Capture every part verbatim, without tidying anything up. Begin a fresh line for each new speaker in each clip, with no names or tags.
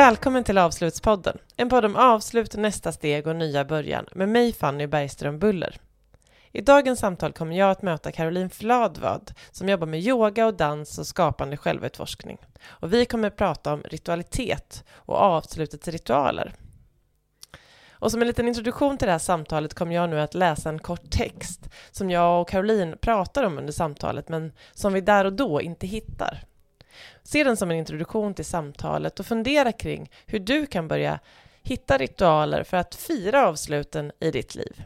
Välkommen till Avslutspodden, en podd om avslut, nästa steg och nya början med mig Fanny Bergström Buller. I dagens samtal kommer jag att möta Caroline Fladvad som jobbar med yoga och dans och skapande självutforskning. Och vi kommer att prata om ritualitet och avslutets ritualer. Och som en liten introduktion till det här samtalet kommer jag nu att läsa en kort text som jag och Caroline pratar om under samtalet men som vi där och då inte hittar. Se den som en introduktion till samtalet och fundera kring hur du kan börja hitta ritualer för att fira avsluten i ditt liv.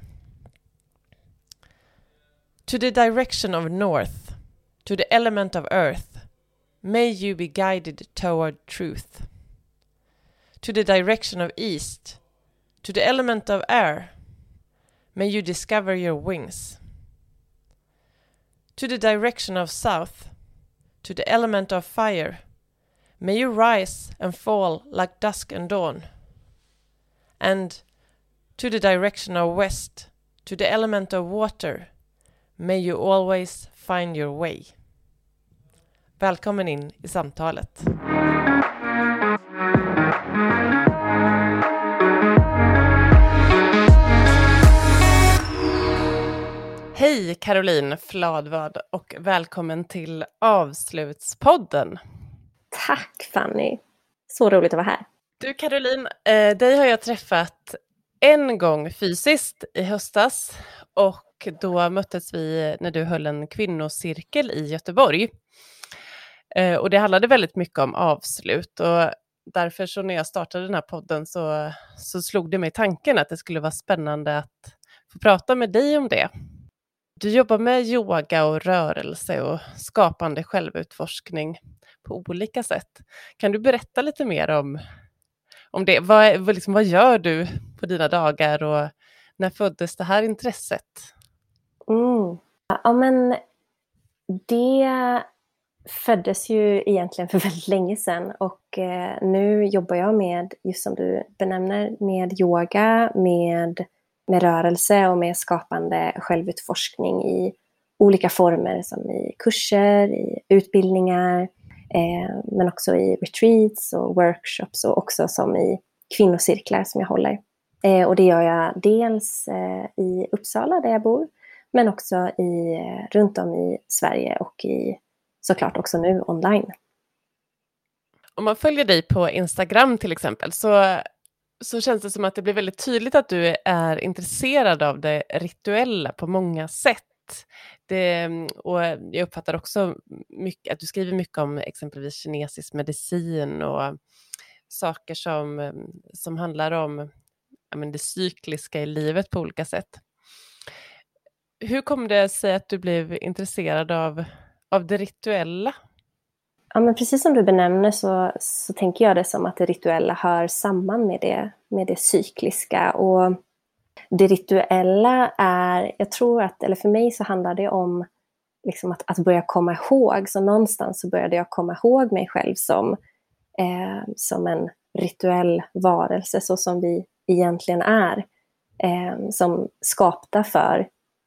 To the direction of north, to the element of earth, may you be guided toward truth. To the direction of east, to the element of air, may you discover your wings. To the direction of south, to the element of fire, may you rise and fall like dusk and dawn. And to the direction of west, to the element of water, may you always find your way. Välkommen in i samtalet. Hej Caroline Fladvad och välkommen till Avslutspodden.
Tack Fanny, så roligt att vara här.
Du Caroline, eh, dig har jag träffat en gång fysiskt i höstas och då möttes vi när du höll en kvinnocirkel i Göteborg. Eh, och det handlade väldigt mycket om avslut och därför så när jag startade den här podden så, så slog det mig tanken att det skulle vara spännande att få prata med dig om det. Du jobbar med yoga och rörelse och skapande självutforskning på olika sätt. Kan du berätta lite mer om, om det? Vad, vad, liksom, vad gör du på dina dagar och när föddes det här intresset?
Mm. Ja, men det föddes ju egentligen för väldigt länge sedan och eh, nu jobbar jag med, just som du benämner, med yoga, med med rörelse och med skapande självutforskning i olika former som i kurser, i utbildningar, eh, men också i retreats och workshops och också som i kvinnocirklar som jag håller. Eh, och det gör jag dels eh, i Uppsala där jag bor, men också i, eh, runt om i Sverige och i, såklart också nu online.
Om man följer dig på Instagram till exempel så så känns det som att det blir väldigt tydligt att du är intresserad av det rituella på många sätt. Det, och jag uppfattar också mycket, att du skriver mycket om exempelvis kinesisk medicin och saker som, som handlar om ja, men det cykliska i livet på olika sätt. Hur kom det sig att du blev intresserad av, av det rituella?
Ja, men precis som du benämner så, så tänker jag det som att det rituella hör samman med det, med det cykliska. Och det rituella är, jag tror att, eller för mig så handlar det om liksom att, att börja komma ihåg. Så någonstans så började jag komma ihåg mig själv som, eh, som en rituell varelse, så som vi egentligen är. Eh, som skapta för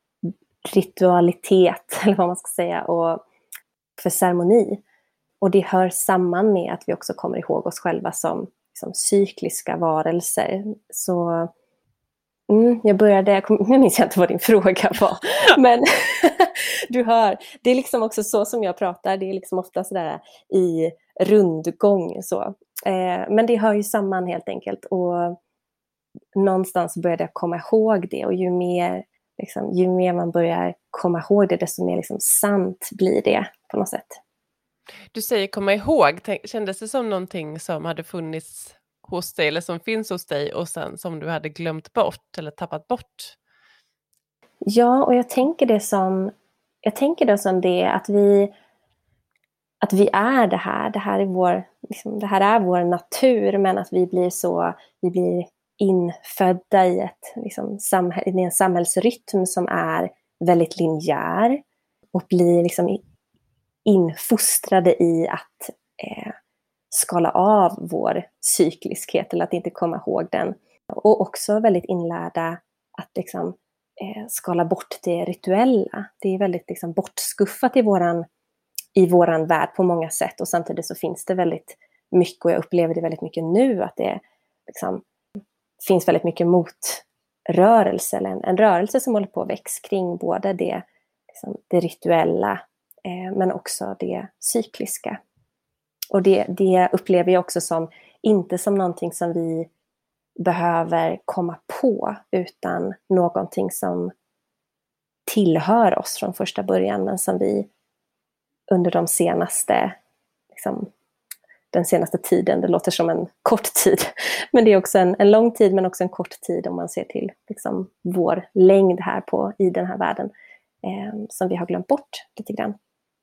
ritualitet, eller vad man ska säga, och för ceremoni. Och det hör samman med att vi också kommer ihåg oss själva som, som cykliska varelser. Så mm, jag började, nu minns jag inte vad din fråga var. Men du hör, det är liksom också så som jag pratar. Det är liksom ofta sådär i rundgång. Så. Eh, men det hör ju samman helt enkelt. Och någonstans började jag komma ihåg det. Och ju mer, liksom, ju mer man börjar komma ihåg det, desto mer liksom sant blir det på något sätt.
Du säger komma ihåg, kändes det som någonting som hade funnits hos dig eller som finns hos dig och sen som du hade glömt bort eller tappat bort?
Ja, och jag tänker det som, jag tänker det som det att vi, att vi är det här, det här är vår, liksom, det här är vår natur, men att vi blir så, vi blir infödda i, ett, liksom, samhäll, i en samhällsrytm som är väldigt linjär och blir liksom infostrade i att eh, skala av vår cykliskhet eller att inte komma ihåg den. Och också väldigt inlärda att liksom, eh, skala bort det rituella. Det är väldigt liksom, bortskuffat i våran, i våran värld på många sätt. Och samtidigt så finns det väldigt mycket, och jag upplever det väldigt mycket nu, att det liksom finns väldigt mycket motrörelse, eller en, en rörelse som håller på att växa kring både det, liksom, det rituella eh, men också det cykliska. Och det, det upplever jag också som, inte som någonting som vi behöver komma på, utan någonting som tillhör oss från första början, men som vi under de senaste liksom, den senaste tiden, det låter som en kort tid, men det är också en, en lång tid, men också en kort tid om man ser till liksom, vår längd här på, i den här världen, eh, som vi har glömt bort lite grann.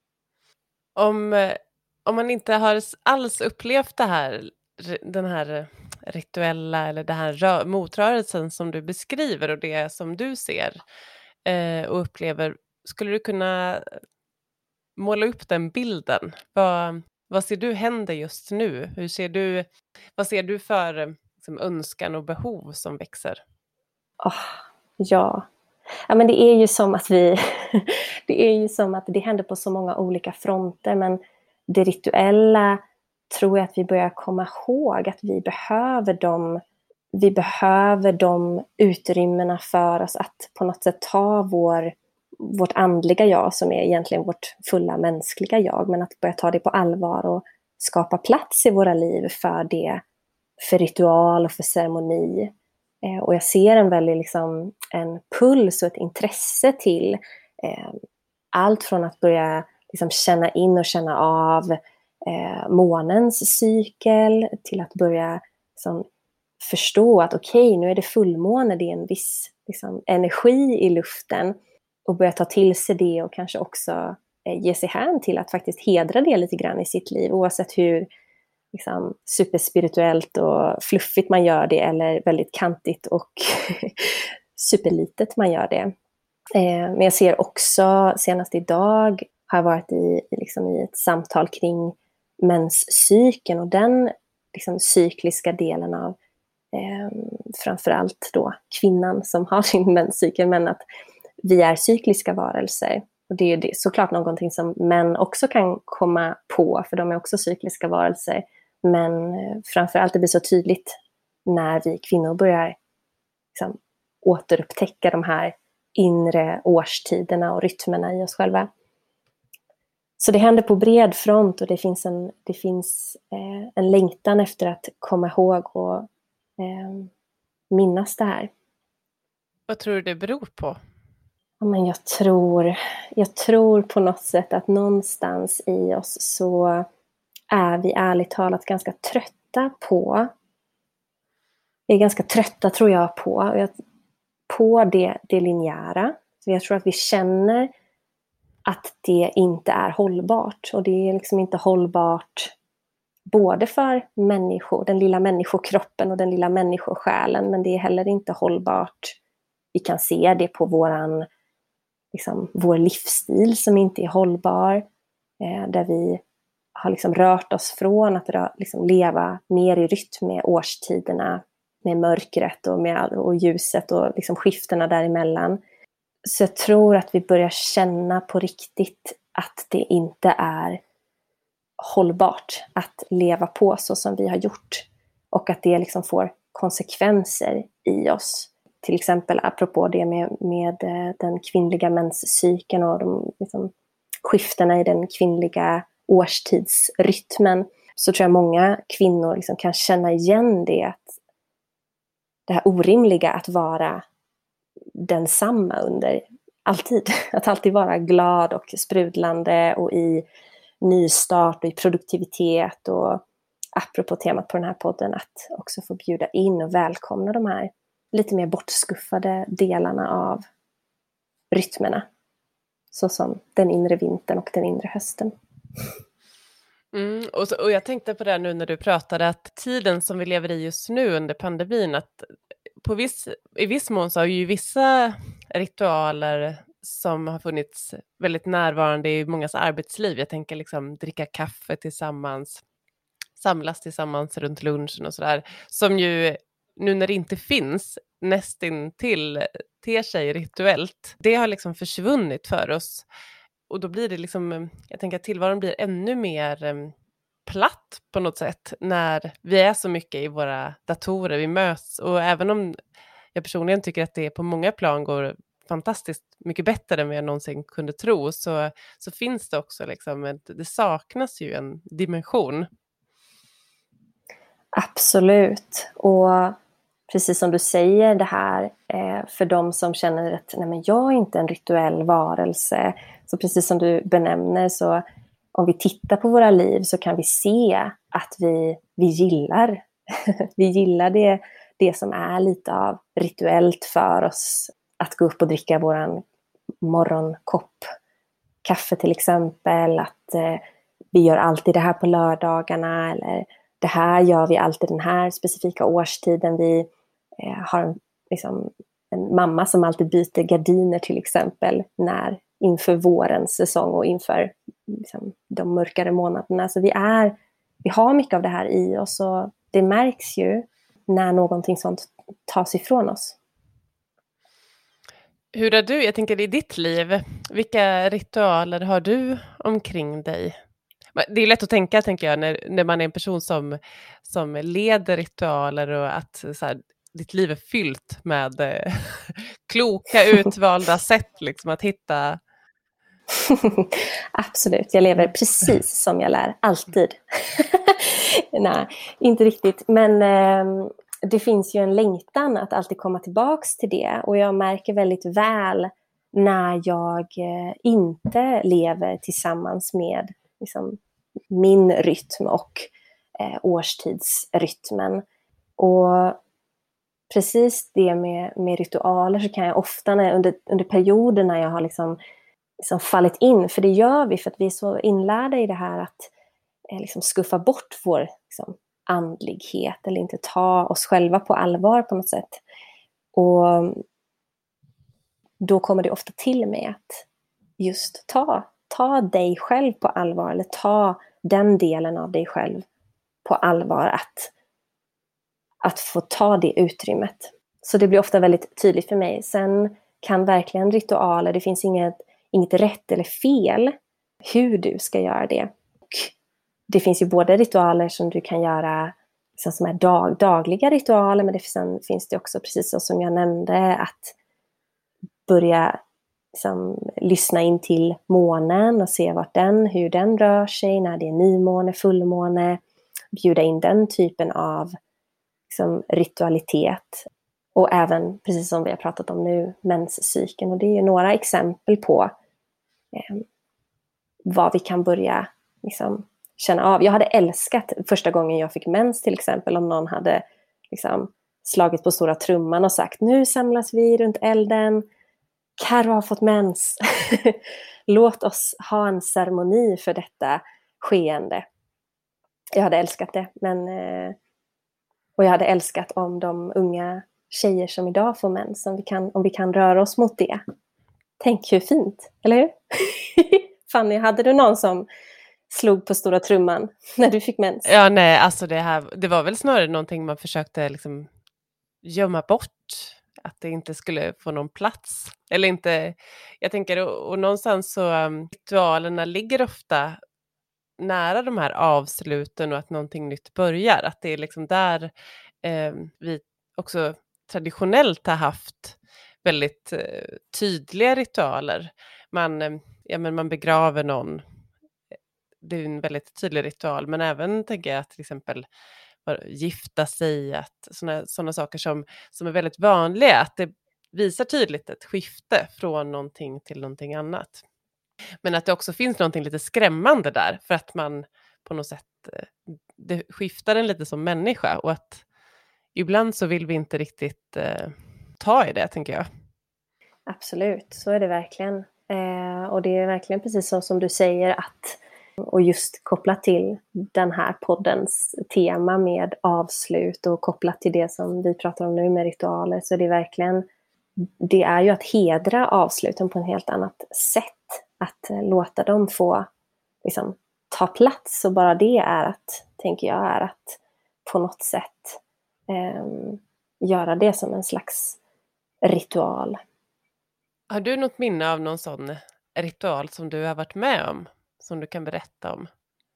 Om, om man inte har alls upplevt det här, den här rituella eller den här rö- motrörelsen som du beskriver och det som du ser eh, och upplever, skulle du kunna måla upp den bilden? Vad, vad ser du händer just nu? Hur ser du, vad ser du för liksom, önskan och behov som växer?
Oh, ja. ja, men det är ju som att vi det är ju som att det händer på så många olika fronter, men det rituella tror jag att vi börjar komma ihåg att vi behöver dem, vi behöver de utrymmena för oss att på något sätt ta vår, vårt andliga jag, som är egentligen vårt fulla mänskliga jag, men att börja ta det på allvar och skapa plats i våra liv för det, för ritual och för ceremoni. Eh, och jag ser en väldigt liksom, en puls och ett intresse till eh, allt från att börja liksom, känna in och känna av eh, månens cykel, till att börja liksom, förstå att okej, okay, nu är det fullmåne, det är en viss liksom, energi i luften, och börja ta till sig det och kanske också eh, ge sig hän till att faktiskt hedra det lite grann i sitt liv, oavsett hur liksom, superspirituellt och fluffigt man gör det, eller väldigt kantigt och superlitet man gör det. Eh, men jag ser också, senast idag har jag varit i, liksom, i ett samtal kring menscykeln och den liksom, cykliska delen av eh, framförallt då kvinnan som har sin menscykel, men att vi är cykliska varelser. Och det är det, såklart någonting som män också kan komma på, för de är också cykliska varelser. Men framförallt det blir så tydligt när vi kvinnor börjar liksom, återupptäcka de här inre årstiderna och rytmerna i oss själva. Så det händer på bred front, och det finns en, det finns, eh, en längtan efter att komma ihåg och eh, minnas det här.
Vad tror du det beror på?
Ja, men jag tror, jag tror på något sätt att någonstans i oss så är vi ärligt talat ganska trötta på, vi är ganska trötta tror jag på, på det, det linjära. Så jag tror att vi känner att det inte är hållbart, och det är liksom inte hållbart både för människor, den lilla människokroppen och den lilla människosjälen, men det är heller inte hållbart. Vi kan se det på våran, liksom, vår livsstil som inte är hållbar, eh, där vi har liksom rört oss från att rö- liksom leva mer i rytm med årstiderna, med mörkret och, med, och ljuset och liksom skiftena däremellan. Så jag tror att vi börjar känna på riktigt att det inte är hållbart att leva på så som vi har gjort, och att det liksom får konsekvenser i oss. Till exempel apropå det med, med den kvinnliga menscykeln och de liksom, skiftena i den kvinnliga årstidsrytmen, så tror jag många kvinnor liksom kan känna igen det, att det här orimliga att vara densamma under alltid. Att alltid vara glad och sprudlande och i nystart och i produktivitet, och apropå temat på den här podden, att också få bjuda in och välkomna de här lite mer bortskuffade delarna av rytmerna, så som den inre vintern och den inre hösten.
Mm, och, så, och jag tänkte på det nu när du pratade, att tiden som vi lever i just nu under pandemin, att på viss, i viss mån så har ju vissa ritualer som har funnits väldigt närvarande i mångas arbetsliv. Jag tänker liksom dricka kaffe tillsammans, samlas tillsammans runt lunchen och sådär, som ju nu när det inte finns nästintill ter sig rituellt. Det har liksom försvunnit för oss. Och då blir det liksom, jag tänker att tillvaron blir ännu mer platt på något sätt när vi är så mycket i våra datorer, vi möts. Och även om jag personligen tycker att det på många plan går fantastiskt mycket bättre än vad jag någonsin kunde tro, så, så finns det också liksom, det saknas ju en dimension.
Absolut. Och precis som du säger det här, eh, för de som känner att nej, men jag är inte en rituell varelse, så precis som du benämner, så om vi tittar på våra liv så kan vi se att vi, vi gillar vi gillar det, det som är lite av rituellt för oss, att gå upp och dricka våran morgonkopp kaffe till exempel, att eh, vi gör alltid det här på lördagarna, eller det här gör vi alltid den här specifika årstiden. Vi eh, har en, liksom, en mamma som alltid byter gardiner till exempel när, inför vårens säsong och inför liksom, de mörkare månaderna. Så vi, är, vi har mycket av det här i oss, och det märks ju när någonting sånt tas ifrån oss.
Hur är du, jag tänker i ditt liv, vilka ritualer har du omkring dig? Det är lätt att tänka, tänker jag, när, när man är en person som, som leder ritualer, och att så här, ditt liv är fyllt med eh, kloka utvalda sätt liksom, att hitta.
Absolut, jag lever precis som jag lär, alltid. Nej, inte riktigt, men eh, det finns ju en längtan att alltid komma tillbaks till det, och jag märker väldigt väl när jag eh, inte lever tillsammans med liksom, min rytm och eh, årstidsrytmen. Och precis det med, med ritualer, så kan jag ofta när, under, under perioder när jag har liksom, liksom fallit in, för det gör vi för att vi är så inlärda i det här att eh, liksom skuffa bort vår liksom, andlighet, eller inte ta oss själva på allvar på något sätt. Och då kommer det ofta till mig att just ta, ta dig själv på allvar, eller ta den delen av dig själv på allvar, att, att få ta det utrymmet. Så det blir ofta väldigt tydligt för mig. Sen kan verkligen ritualer, det finns inget, inget rätt eller fel hur du ska göra det. Och det finns ju både ritualer som du kan göra liksom som är dag, dagliga ritualer, men det, sen finns det också, precis så som jag nämnde, att börja liksom, lyssna in till månen och se vart den, hur den rör sig när det är nymåne, fullmåne, bjuda in den typen av liksom, ritualitet. Och även, precis som vi har pratat om nu, menscykeln. Och det är ju några exempel på eh, vad vi kan börja liksom, känna av. Jag hade älskat första gången jag fick mens till exempel, om någon hade liksom, slagit på stora trumman och sagt, nu samlas vi runt elden, Karo har fått mens. Låt oss ha en ceremoni för detta skeende. Jag hade älskat det. Men, eh, och jag hade älskat om de unga tjejer som idag får mens, om vi kan, om vi kan röra oss mot det. Tänk hur fint, eller hur? Fanny, hade du någon som slog på stora trumman när du fick mens?
Ja, nej, alltså det här, det var väl snarare någonting man försökte liksom gömma bort. Att det inte skulle få någon plats. Eller inte, jag tänker, och, och någonstans så um, ritualerna ligger ofta nära de här avsluten och att någonting nytt börjar. Att det är liksom där eh, vi också traditionellt har haft väldigt eh, tydliga ritualer. Man, eh, ja, men man begraver någon. Det är en väldigt tydlig ritual. Men även tänker jag att till exempel gifta sig, att såna, såna saker som, som är väldigt vanliga, att det visar tydligt ett skifte från någonting till någonting annat. Men att det också finns någonting lite skrämmande där, för att man på något sätt, det skiftar en lite som människa, och att ibland så vill vi inte riktigt eh, ta i det, tänker jag.
Absolut, så är det verkligen. Eh, och det är verkligen precis så som du säger, att och just kopplat till den här poddens tema med avslut och kopplat till det som vi pratar om nu med ritualer, så är det verkligen, det är ju att hedra avsluten på en helt annat sätt. Att låta dem få liksom, ta plats, och bara det är att, tänker jag, är att på något sätt eh, göra det som en slags ritual.
Har du något minne av någon sån ritual som du har varit med om? Som du kan berätta om?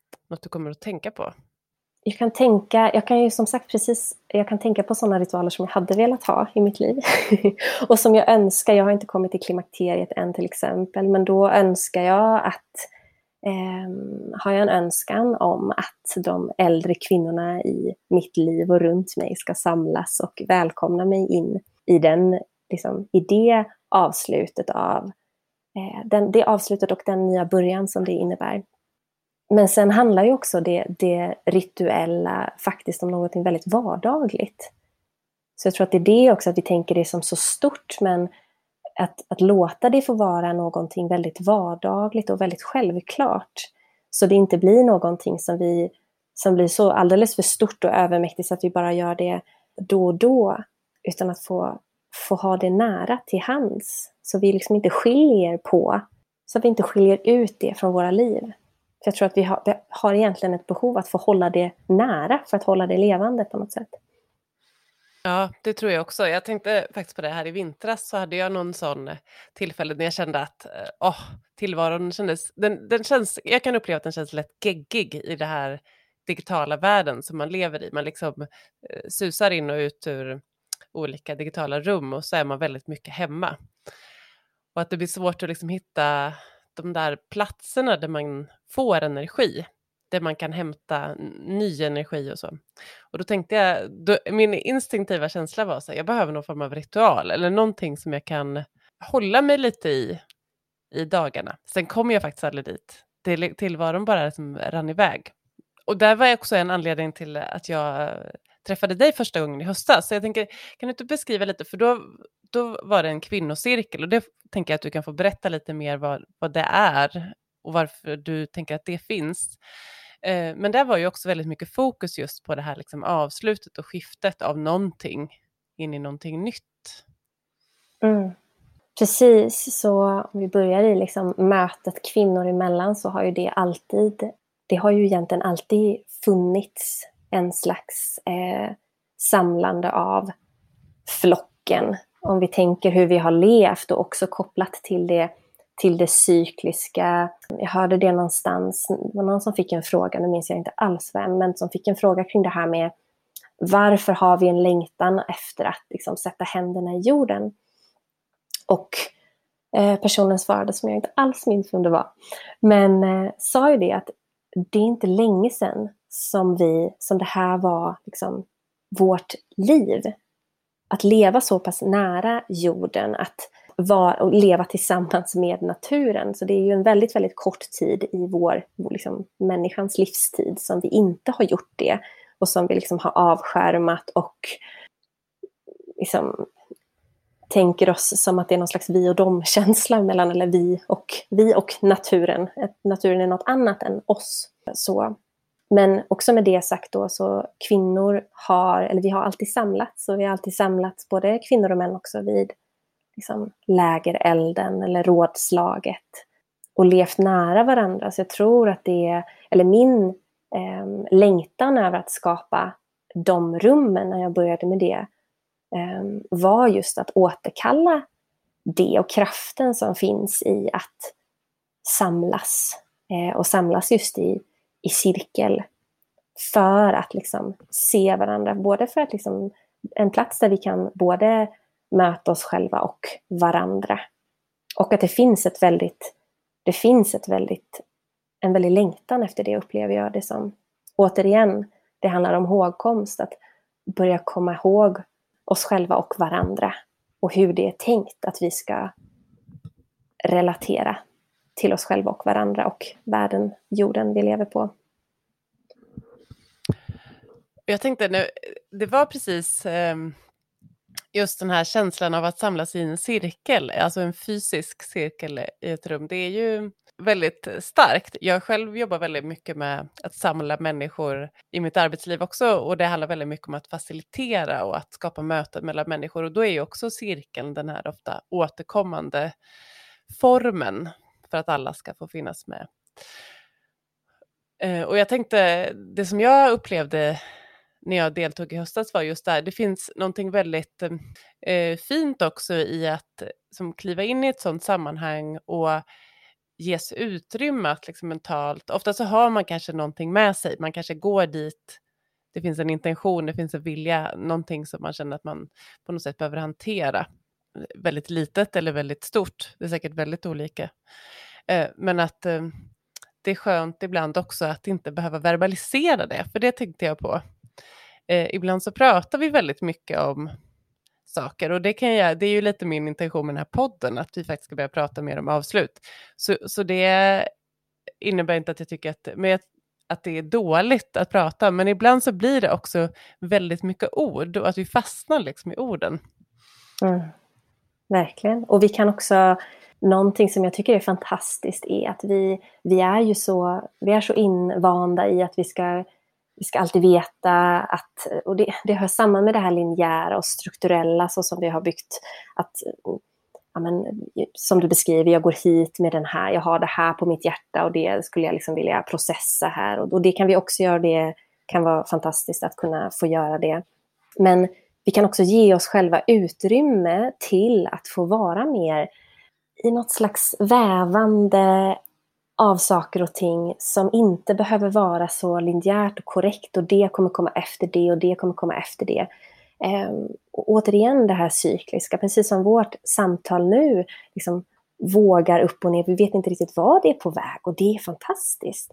något du kommer att tänka på?
Jag kan tänka, jag kan ju som sagt precis, jag kan tänka på sådana ritualer som jag hade velat ha i mitt liv. Och som jag önskar, jag har inte kommit till klimakteriet än till exempel, men då önskar jag att, eh, har jag en önskan om att de äldre kvinnorna i mitt liv och runt mig ska samlas och välkomna mig in i den, liksom, i det avslutet av, eh, den, det avslutet och den nya början som det innebär. Men sen handlar ju också det, det rituella faktiskt om något väldigt vardagligt. Så jag tror att det är det också, att vi tänker det som så stort, men att, att låta det få vara någonting väldigt vardagligt och väldigt självklart. Så det inte blir någonting som, vi, som blir så alldeles för stort och övermäktigt så att vi bara gör det då och då. Utan att få, få ha det nära till hands. Så vi liksom inte skiljer på, så att vi inte skiljer ut det från våra liv. För jag tror att vi har, vi har egentligen ett behov att få hålla det nära för att hålla det levande på något sätt.
Ja, det tror jag också. Jag tänkte faktiskt på det här i vintras, så hade jag någon sån tillfälle när jag kände att åh, tillvaron kändes, den, den känns, jag kan uppleva att den känns lätt geggig i det här digitala världen som man lever i. Man liksom eh, susar in och ut ur olika digitala rum och så är man väldigt mycket hemma. Och att det blir svårt att liksom hitta de där platserna där man får energi, där man kan hämta ny energi och så. Och då tänkte jag, då, min instinktiva känsla var så här, jag behöver någon form av ritual eller någonting som jag kan hålla mig lite i i dagarna. Sen kom jag faktiskt aldrig dit. Till, tillvaron bara liksom rann iväg. Och där var också en anledning till att jag träffade dig första gången i höstas. Så jag tänker, kan du inte beskriva lite, för då, då var det en kvinnocirkel, och det tänker jag att du kan få berätta lite mer vad, vad det är och varför du tänker att det finns. Eh, men där var ju också väldigt mycket fokus just på det här liksom avslutet och skiftet av någonting in i någonting nytt.
Mm. Precis, så om vi börjar i liksom mötet kvinnor emellan, så har ju det alltid, det har ju egentligen alltid funnits en slags eh, samlande av flocken. Om vi tänker hur vi har levt och också kopplat till det, till det cykliska. Jag hörde det någonstans, det var någon som fick en fråga, nu minns jag inte alls vem, men som fick en fråga kring det här med varför har vi en längtan efter att liksom sätta händerna i jorden? Och eh, personen svarade, som jag inte alls minns vem det var, men eh, sa ju det att det är inte länge sedan som, vi, som det här var liksom vårt liv. Att leva så pass nära jorden, att vara, och leva tillsammans med naturen. Så det är ju en väldigt, väldigt kort tid i vår, liksom, människans livstid som vi inte har gjort det. Och som vi liksom har avskärmat och liksom tänker oss som att det är någon slags vi och dom-känsla mellan, eller vi och, vi och naturen. Att naturen är något annat än oss. Så, men också med det sagt då, så kvinnor har, eller vi har alltid samlats, och vi har alltid samlats, både kvinnor och män också, vid liksom lägerelden eller rådslaget och levt nära varandra. Så jag tror att det är, eller min eh, längtan över att skapa de rummen när jag började med det eh, var just att återkalla det och kraften som finns i att samlas eh, och samlas just i, i cirkel för att liksom se varandra, både för att liksom en plats där vi kan både möta oss själva och varandra. Och att det finns ett väldigt, det finns ett väldigt, en väldigt längtan efter det, upplever jag det som. Återigen, det handlar om hågkomst, att börja komma ihåg oss själva och varandra. Och hur det är tänkt att vi ska relatera till oss själva och varandra och världen, jorden vi lever på.
Jag tänkte nu, det var precis just den här känslan av att samlas i en cirkel, alltså en fysisk cirkel i ett rum. Det är ju väldigt starkt. Jag själv jobbar väldigt mycket med att samla människor i mitt arbetsliv också, och det handlar väldigt mycket om att facilitera och att skapa möten mellan människor, och då är ju också cirkeln den här ofta återkommande formen för att alla ska få finnas med. Och jag tänkte, det som jag upplevde när jag deltog i höstas var just där. Det finns någonting väldigt eh, fint också i att som kliva in i ett sådant sammanhang och ges utrymme att liksom mentalt, ofta så har man kanske någonting med sig, man kanske går dit, det finns en intention, det finns en vilja, någonting som man känner att man på något sätt behöver hantera, väldigt litet eller väldigt stort, det är säkert väldigt olika, eh, men att eh, det är skönt ibland också att inte behöva verbalisera det, för det tänkte jag på. Eh, ibland så pratar vi väldigt mycket om saker, och det kan jag, det är ju lite min intention med den här podden, att vi faktiskt ska börja prata mer om avslut. Så, så det innebär inte att jag tycker att, men att det är dåligt att prata, men ibland så blir det också väldigt mycket ord, och att vi fastnar liksom i orden.
Mm. Verkligen. Och vi kan också, någonting som jag tycker är fantastiskt är att vi, vi är ju så, vi är så invanda i att vi ska, vi ska alltid veta att, och det, det hör samman med det här linjära och strukturella så som vi har byggt, att ja, men, som du beskriver, jag går hit med den här, jag har det här på mitt hjärta och det skulle jag liksom vilja processa här, och, och det kan vi också göra, det kan vara fantastiskt att kunna få göra det. Men vi kan också ge oss själva utrymme till att få vara mer i något slags vävande av saker och ting som inte behöver vara så linjärt och korrekt, och det kommer komma efter det och det kommer komma efter det. Ehm, och återigen det här cykliska, precis som vårt samtal nu liksom vågar upp och ner. Vi vet inte riktigt vad det är på väg, och det är fantastiskt.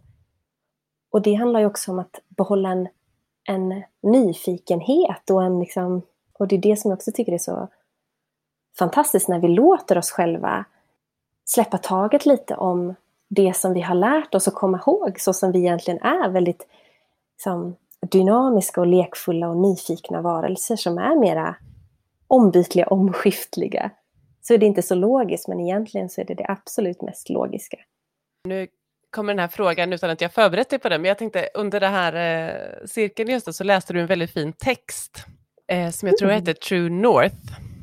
Och det handlar ju också om att behålla en, en nyfikenhet och en liksom, och det är det som jag också tycker är så fantastiskt, när vi låter oss själva släppa taget lite om det som vi har lärt oss och komma ihåg, så som vi egentligen är, väldigt liksom, dynamiska och lekfulla och nyfikna varelser som är mera ombytliga, omskiftliga. Så är det inte så logiskt, men egentligen så är det det absolut mest logiska.
Nu kommer den här frågan utan att jag förberett dig på den, men jag tänkte under det här eh, cirkeln just då, så läste du en väldigt fin text eh, som jag tror
Mm.
heter True North.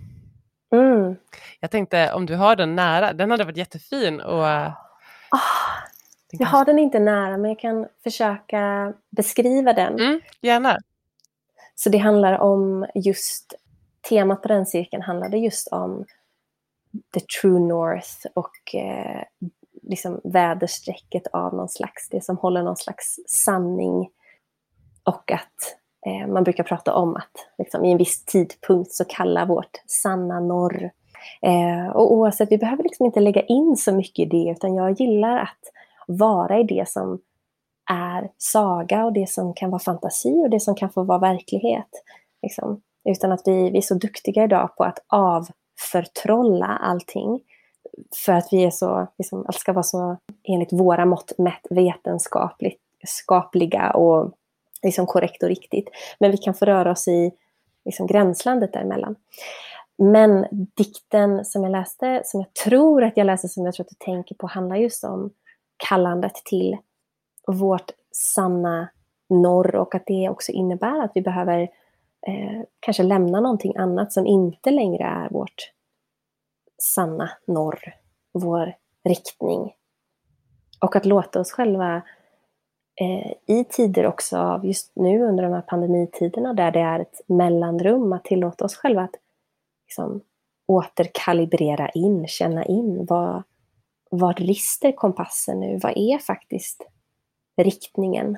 Mm.
Jag tänkte om du har den nära, den hade varit jättefin. Och, eh,
Oh, jag har den inte nära, men jag kan försöka beskriva den.
Mm, gärna.
Så det handlar om just, temat på den cirkeln handlade just om the true north och eh, liksom väderstrecket av någon slags, det som håller någon slags sanning, och att eh, man brukar prata om att liksom, i en viss tidpunkt så kallar vårt sanna norr. Eh, och oavsett, vi behöver liksom inte lägga in så mycket i det, utan jag gillar att vara i det som är saga och det som kan vara fantasi och det som kan få vara verklighet. Liksom. Utan att vi, vi är så duktiga idag på att avförtrolla allting. För att vi är så, liksom, allt ska vara så enligt våra mått mätt vetenskapligt skapliga och liksom korrekt och riktigt. Men vi kan få röra oss i liksom, gränslandet däremellan. Men dikten som jag läste, som jag tror att jag läste, som jag tror att du tänker på, handlar just om kallandet till vårt sanna norr, och att det också innebär att vi behöver eh, kanske lämna någonting annat som inte längre är vårt sanna norr, vår riktning. Och att låta oss själva eh, i tider också av just nu under de här pandemitiderna, där det är ett mellanrum, att tillåta oss själva att liksom, återkalibrera in, känna in vad, vad rister kompassen nu, vad är faktiskt riktningen,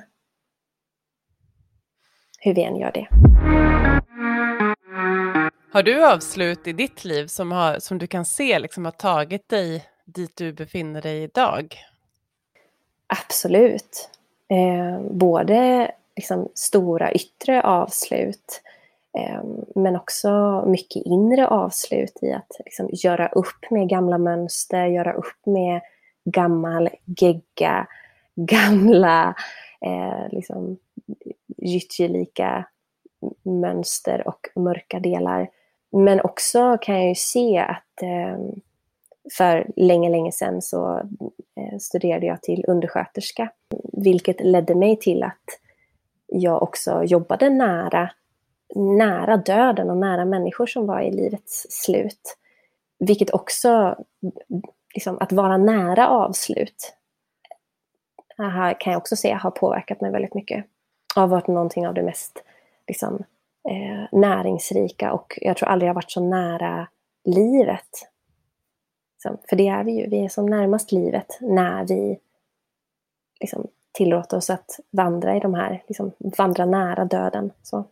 hur vi än gör det.
Har du avslut i ditt liv som, har, som du kan se liksom, har tagit dig dit du befinner dig idag?
Absolut. Eh, både liksom, stora yttre avslut, eh, men också mycket inre avslut i att liksom, göra upp med gamla mönster, göra upp med gammal gegga, gamla eh, liksom, gyttjelika mönster och mörka delar. Men också kan jag ju se att eh, för länge, länge sedan så eh, studerade jag till undersköterska, vilket ledde mig till att jag också jobbade nära, nära döden och nära människor som var i livets slut. Vilket också, liksom, att vara nära avslut, här kan jag också se har påverkat mig väldigt mycket. Har varit någonting av det mest liksom, eh, näringsrika, och jag tror aldrig jag varit så nära livet För det är vi ju, vi är som närmast livet när vi liksom tillåter oss att vandra i de här, liksom vandra nära döden. Så.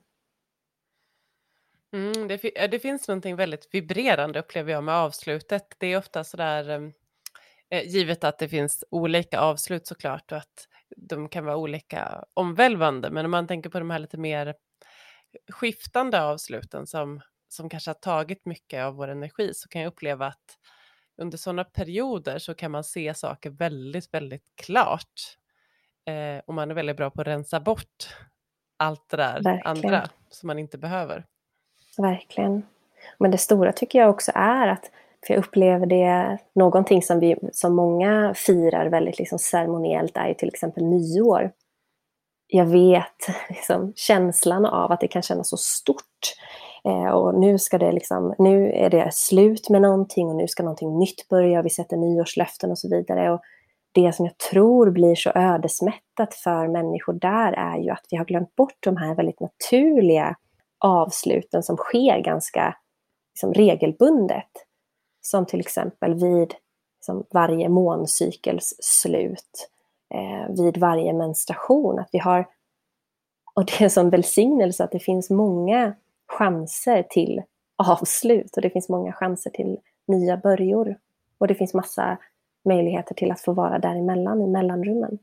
Mm, det, fi- det finns någonting väldigt vibrerande upplever jag med avslutet. Det är ofta sådär, eh, givet att det finns olika avslut såklart och att de kan vara olika omvälvande. Men om man tänker på de här lite mer skiftande avsluten som, som kanske har tagit mycket av vår energi, så kan jag uppleva att under sådana perioder så kan man se saker väldigt, väldigt klart. Eh, och man är väldigt bra på att rensa bort allt det där
Verkligen.
andra som man inte behöver.
Verkligen. Men det stora tycker jag också är att, för jag upplever det, någonting som, vi, som många firar väldigt liksom ceremoniellt är ju till exempel nyår. Jag vet liksom, känslan av att det kan kännas så stort. Eh, och nu ska det liksom, nu är det slut med någonting och nu ska någonting nytt börja. Vi sätter nyårslöften och så vidare. Och det som jag tror blir så ödesmättat för människor där är ju att vi har glömt bort de här väldigt naturliga avsluten som sker ganska liksom, regelbundet. Som till exempel vid liksom, varje måncykels slut. Eh, vid varje menstruation. Att vi har, och det är en sån välsignelse att det finns många chanser till avslut. Och det finns många chanser till nya börjor. Och det finns massa möjligheter till att få vara däremellan i mellanrummen.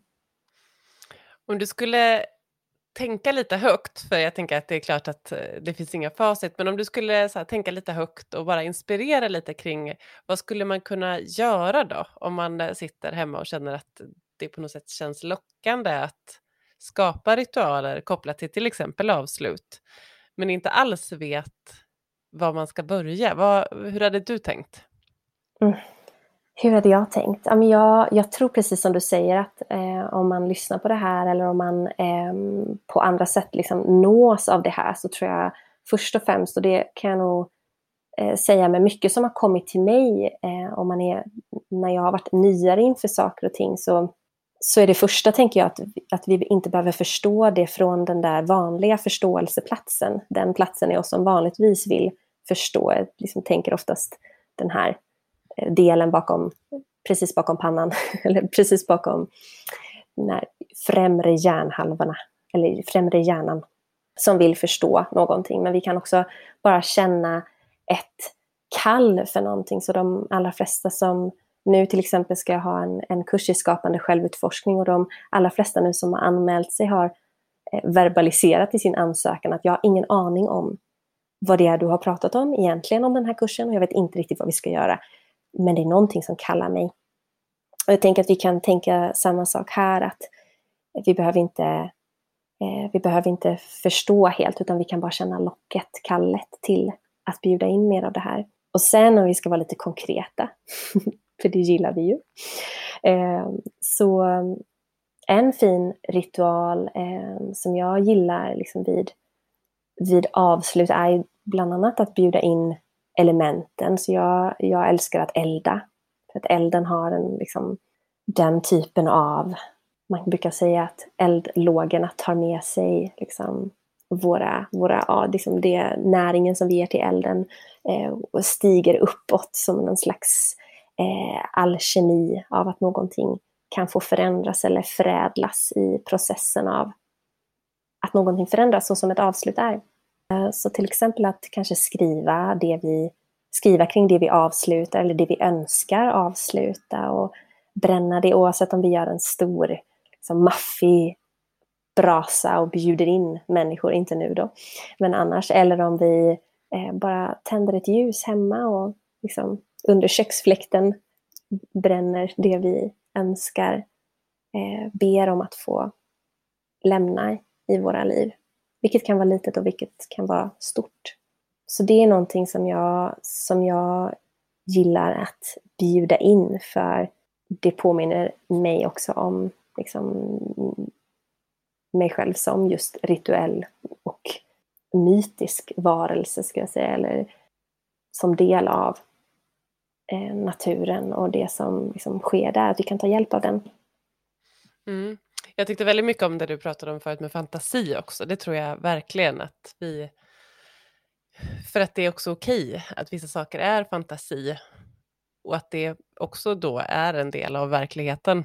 Om du skulle tänka lite högt, för jag tänker att det är klart att det finns inga facit, men om du skulle så här, tänka lite högt och bara inspirera lite kring vad skulle man kunna göra då om man sitter hemma och känner att det på något sätt känns lockande att skapa ritualer kopplat till till exempel avslut, men inte alls vet var man ska börja. Vad, hur hade du tänkt?
Mm. Hur hade jag tänkt? Jag, jag tror precis som du säger att eh, om man lyssnar på det här eller om man eh, på andra sätt liksom nås av det här, så tror jag först och främst, och det kan jag nog eh, säga med mycket som har kommit till mig, eh, om man är, när jag har varit nyare inför saker och ting, så, så är det första, tänker jag, att, att vi inte behöver förstå det från den där vanliga förståelseplatsen. Den platsen är oss som vanligtvis vill förstå. Jag liksom tänker oftast den här delen bakom, precis bakom pannan, eller precis bakom den här främre hjärnhalvorna, eller främre hjärnan, som vill förstå någonting. Men vi kan också bara känna ett kall för någonting. Så de allra flesta som nu till exempel ska ha en, en kurs i skapande självutforskning, och de allra flesta nu som har anmält sig har eh, verbaliserat i sin ansökan att jag har ingen aning om vad det är du har pratat om egentligen om den här kursen, och jag vet inte riktigt vad vi ska göra. Men det är någonting som kallar mig. Och jag tänker att vi kan tänka samma sak här, att vi behöver inte, eh, vi behöver inte förstå helt, utan vi kan bara känna locket, kallet till att bjuda in mer av det här. Och sen om vi ska vara lite konkreta, för det gillar vi ju, eh, så en fin ritual eh, som jag gillar liksom vid, vid avslut är bland annat att bjuda in elementen. Så jag, jag älskar att elda. För att elden har en, liksom, den typen av, man brukar säga att eldlågorna tar med sig liksom, våra, våra, ja, liksom det, näringen som vi ger till elden eh, och stiger uppåt som en slags eh, alkemi av att någonting kan få förändras eller förädlas i processen av att någonting förändras, så som ett avslut är. Så till exempel att kanske skriva, det vi, skriva kring det vi avslutar eller det vi önskar avsluta, och bränna det, oavsett om vi gör en stor liksom, maffig brasa och bjuder in människor, inte nu då, men annars, eller om vi eh, bara tänder ett ljus hemma och liksom, under köksfläkten bränner det vi önskar, eh, ber om att få lämna i våra liv. Vilket kan vara litet och vilket kan vara stort. Så det är någonting som jag, som jag gillar att bjuda in, för det påminner mig också om liksom, mig själv som just rituell och mytisk varelse, ska jag säga. Eller som del av eh, naturen och det som liksom, sker där. Att vi kan ta hjälp av den.
Mm. Jag tyckte väldigt mycket om det du pratade om förut med fantasi också. Det tror jag verkligen att vi... För att det är också okej att vissa saker är fantasi. och att det också då är en del av verkligheten.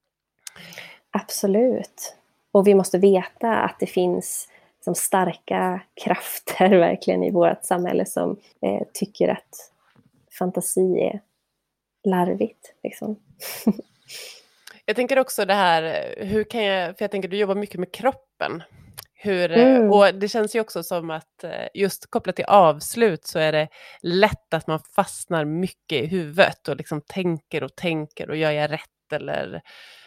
Absolut. Och vi måste veta att det finns liksom starka krafter verkligen i vårt samhälle som eh, tycker att fantasi är larvigt. Liksom.
Jag tänker också det här, hur kan jag, för jag tänker du jobbar mycket med kroppen. Hur,
Mm.
Och det känns ju också som att just kopplat till avslut så är det lätt att man fastnar mycket i huvudet och liksom tänker och tänker och gör jag rätt eller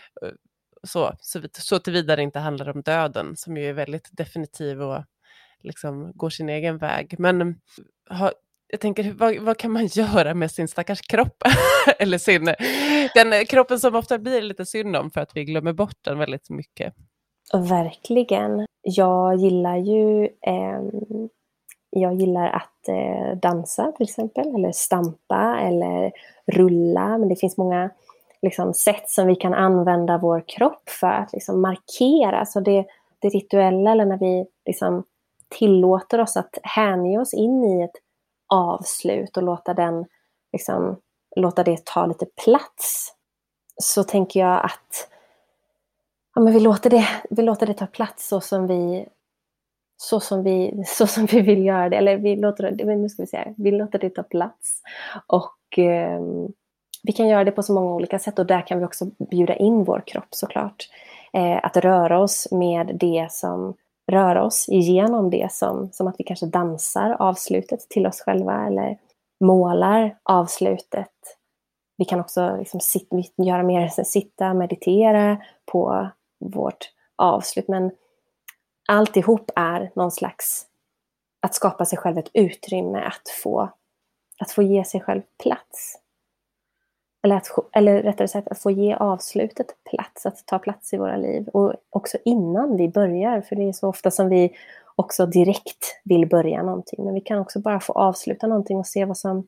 så. Så, så tillvida det inte handlar om döden som ju är väldigt definitiv och liksom går sin egen väg. Men ha, jag tänker, vad, vad kan man göra med sin stackars kropp? Eller sin, den kroppen som ofta blir lite synd om för att vi glömmer bort den väldigt mycket.
Och verkligen. Jag gillar ju eh, jag gillar att eh, dansa till exempel, eller stampa eller rulla. Men det finns många liksom, sätt som vi kan använda vår kropp för att liksom, markera. Så det, det rituella, eller när vi liksom, tillåter oss att hänge oss in i ett avslut och låta, den, liksom, låta det ta lite plats, så tänker jag att ja, men vi, låter det, vi låter det ta plats så som vi, så som vi, så som vi vill göra det. Eller vi låter det, nu ska vi säga, vi låter det ta plats. Och eh, vi kan göra det på så många olika sätt. Och där kan vi också bjuda in vår kropp såklart. Eh, att röra oss med det som rör oss igenom det som, som att vi kanske dansar avslutet till oss själva. Eller målar avslutet. Vi kan också liksom sit, göra mer, sitta, meditera på vårt avslut. Men alltihop är någon slags att skapa sig själv ett utrymme att få, att få ge sig själv plats. Eller, att, eller rättare sagt att få ge avslutet plats, att ta plats i våra liv. Och också innan vi börjar, för det är så ofta som vi också direkt vill börja någonting. Men vi kan också bara få avsluta någonting och se vad som,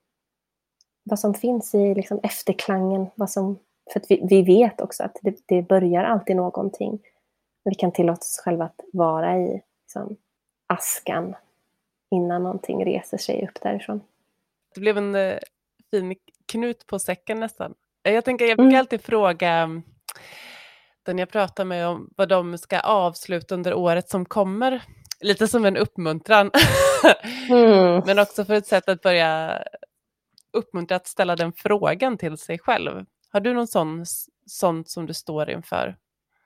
vad som finns i liksom efterklangen. Vad som, för att vi, vi vet också att det, det börjar alltid någonting. Vi kan tillåta oss själva att vara i liksom, askan innan någonting reser sig upp därifrån.
Det blev en uh, fin knut på säcken nästan. Jag tänker, jag brukar
Mm.
alltid fråga den jag pratar med om vad de ska avsluta under året som kommer. Lite som en uppmuntran.
Mm.
Men också för ett sätt att börja uppmuntra att ställa den frågan till sig själv. Har du någon sån, sånt som du står inför?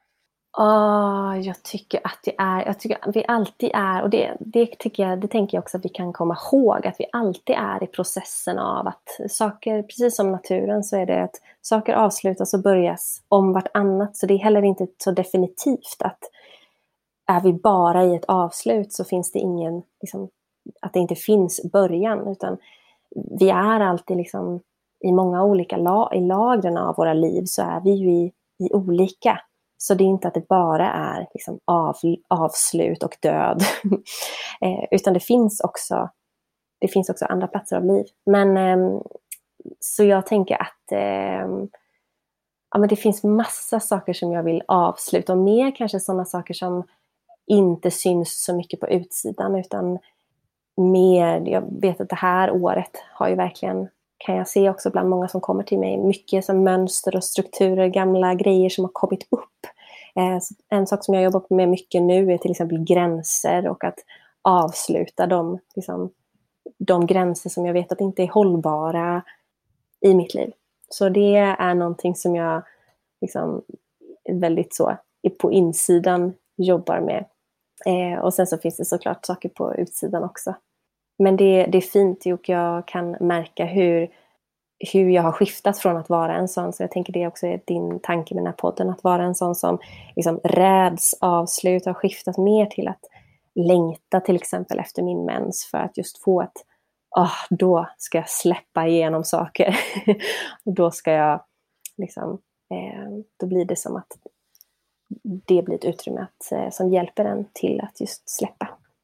Oh, jag tycker att det är, jag tycker att vi alltid är, och det, det, tycker jag, det tänker jag också att vi kan komma ihåg, att vi alltid är i processen av att saker, precis som naturen, så är det att saker avslutas och börjas om vartannat. Så det är heller inte så definitivt att är vi bara i ett avslut så finns det ingen, liksom, att det inte finns början, utan vi är alltid liksom i många olika la, i lagren av våra liv, så är vi ju i, i olika. Så det är inte att det bara är liksom av, avslut och död. eh, utan det finns också det finns också andra platser av liv. Men eh, så jag tänker att eh, ja, men det finns massa saker som jag vill avsluta. Och mer kanske sådana saker som inte syns så mycket på utsidan. Utan mer, jag vet att det här året har ju verkligen, kan jag se också bland många som kommer till mig, mycket som mönster och strukturer, gamla grejer som har kommit upp. En sak som jag jobbar med mycket nu är till exempel gränser och att avsluta de, liksom, de gränser som jag vet att inte är hållbara i mitt liv. Så det är någonting som jag liksom väldigt så på insidan jobbar med. Och sen så finns det såklart saker på utsidan också. Men det, det är fint och jag kan märka hur, hur jag har skiftat från att vara en sån. Så jag tänker det också är din tanke med den här podden. Att vara en sån som liksom räds avslut, har skiftat mer till att längta till exempel efter min mens. För att just få ett, oh, då ska jag släppa igenom saker. Och då ska jag liksom, eh, då blir det som att det blir ett utrymme att, eh, som hjälper en till att just släppa.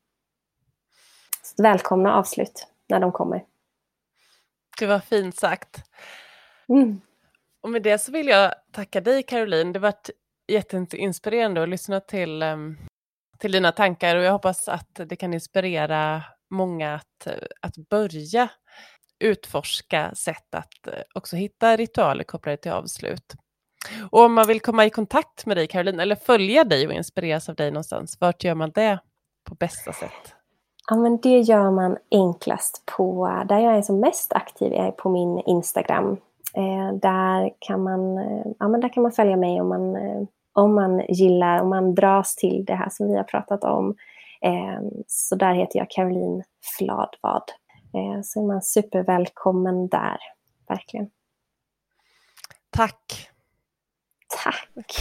Så välkomna avslut när de kommer.
Det var fint sagt.
Mm.
Och med det så vill jag tacka dig, Caroline. Det har varit jätteinspirerande att lyssna till, um, till dina tankar. Och jag hoppas att det kan inspirera många att, att börja utforska sätt att också hitta ritualer kopplade till avslut. Och om man vill komma i kontakt med dig, Caroline, eller följa dig och inspireras av dig någonstans, vart gör man det på bästa sätt?
Ja, men det gör man enklast på, där jag är som mest aktiv är på min Instagram. Eh, där, kan man, eh, ja, men där kan man följa mig om man, eh, om man gillar, om man dras till det här som vi har pratat om. Eh, så där heter jag Caroline Fladvad. Eh, så är man supervälkommen där, verkligen.
Tack!
Tack!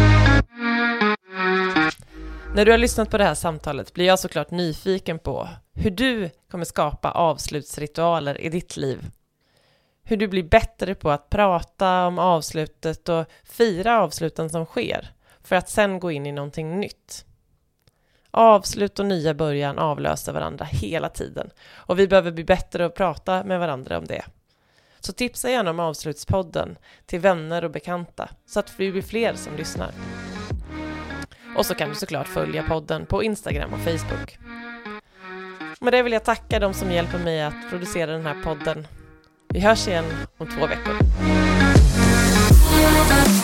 När du har lyssnat på det här samtalet blir jag såklart nyfiken på hur du kommer skapa avslutsritualer i ditt liv. Hur du blir bättre på att prata om avslutet och fira avsluten som sker för att sen gå in i någonting nytt. Avslut och nya början avlöser varandra hela tiden och vi behöver bli bättre att prata med varandra om det. Så tipsa gärna om avslutspodden till vänner och bekanta så att vi blir fler som lyssnar. Och så kan du såklart följa podden på Instagram och Facebook. Med det vill jag tacka de som hjälper mig att producera den här podden. Vi hörs igen om två veckor.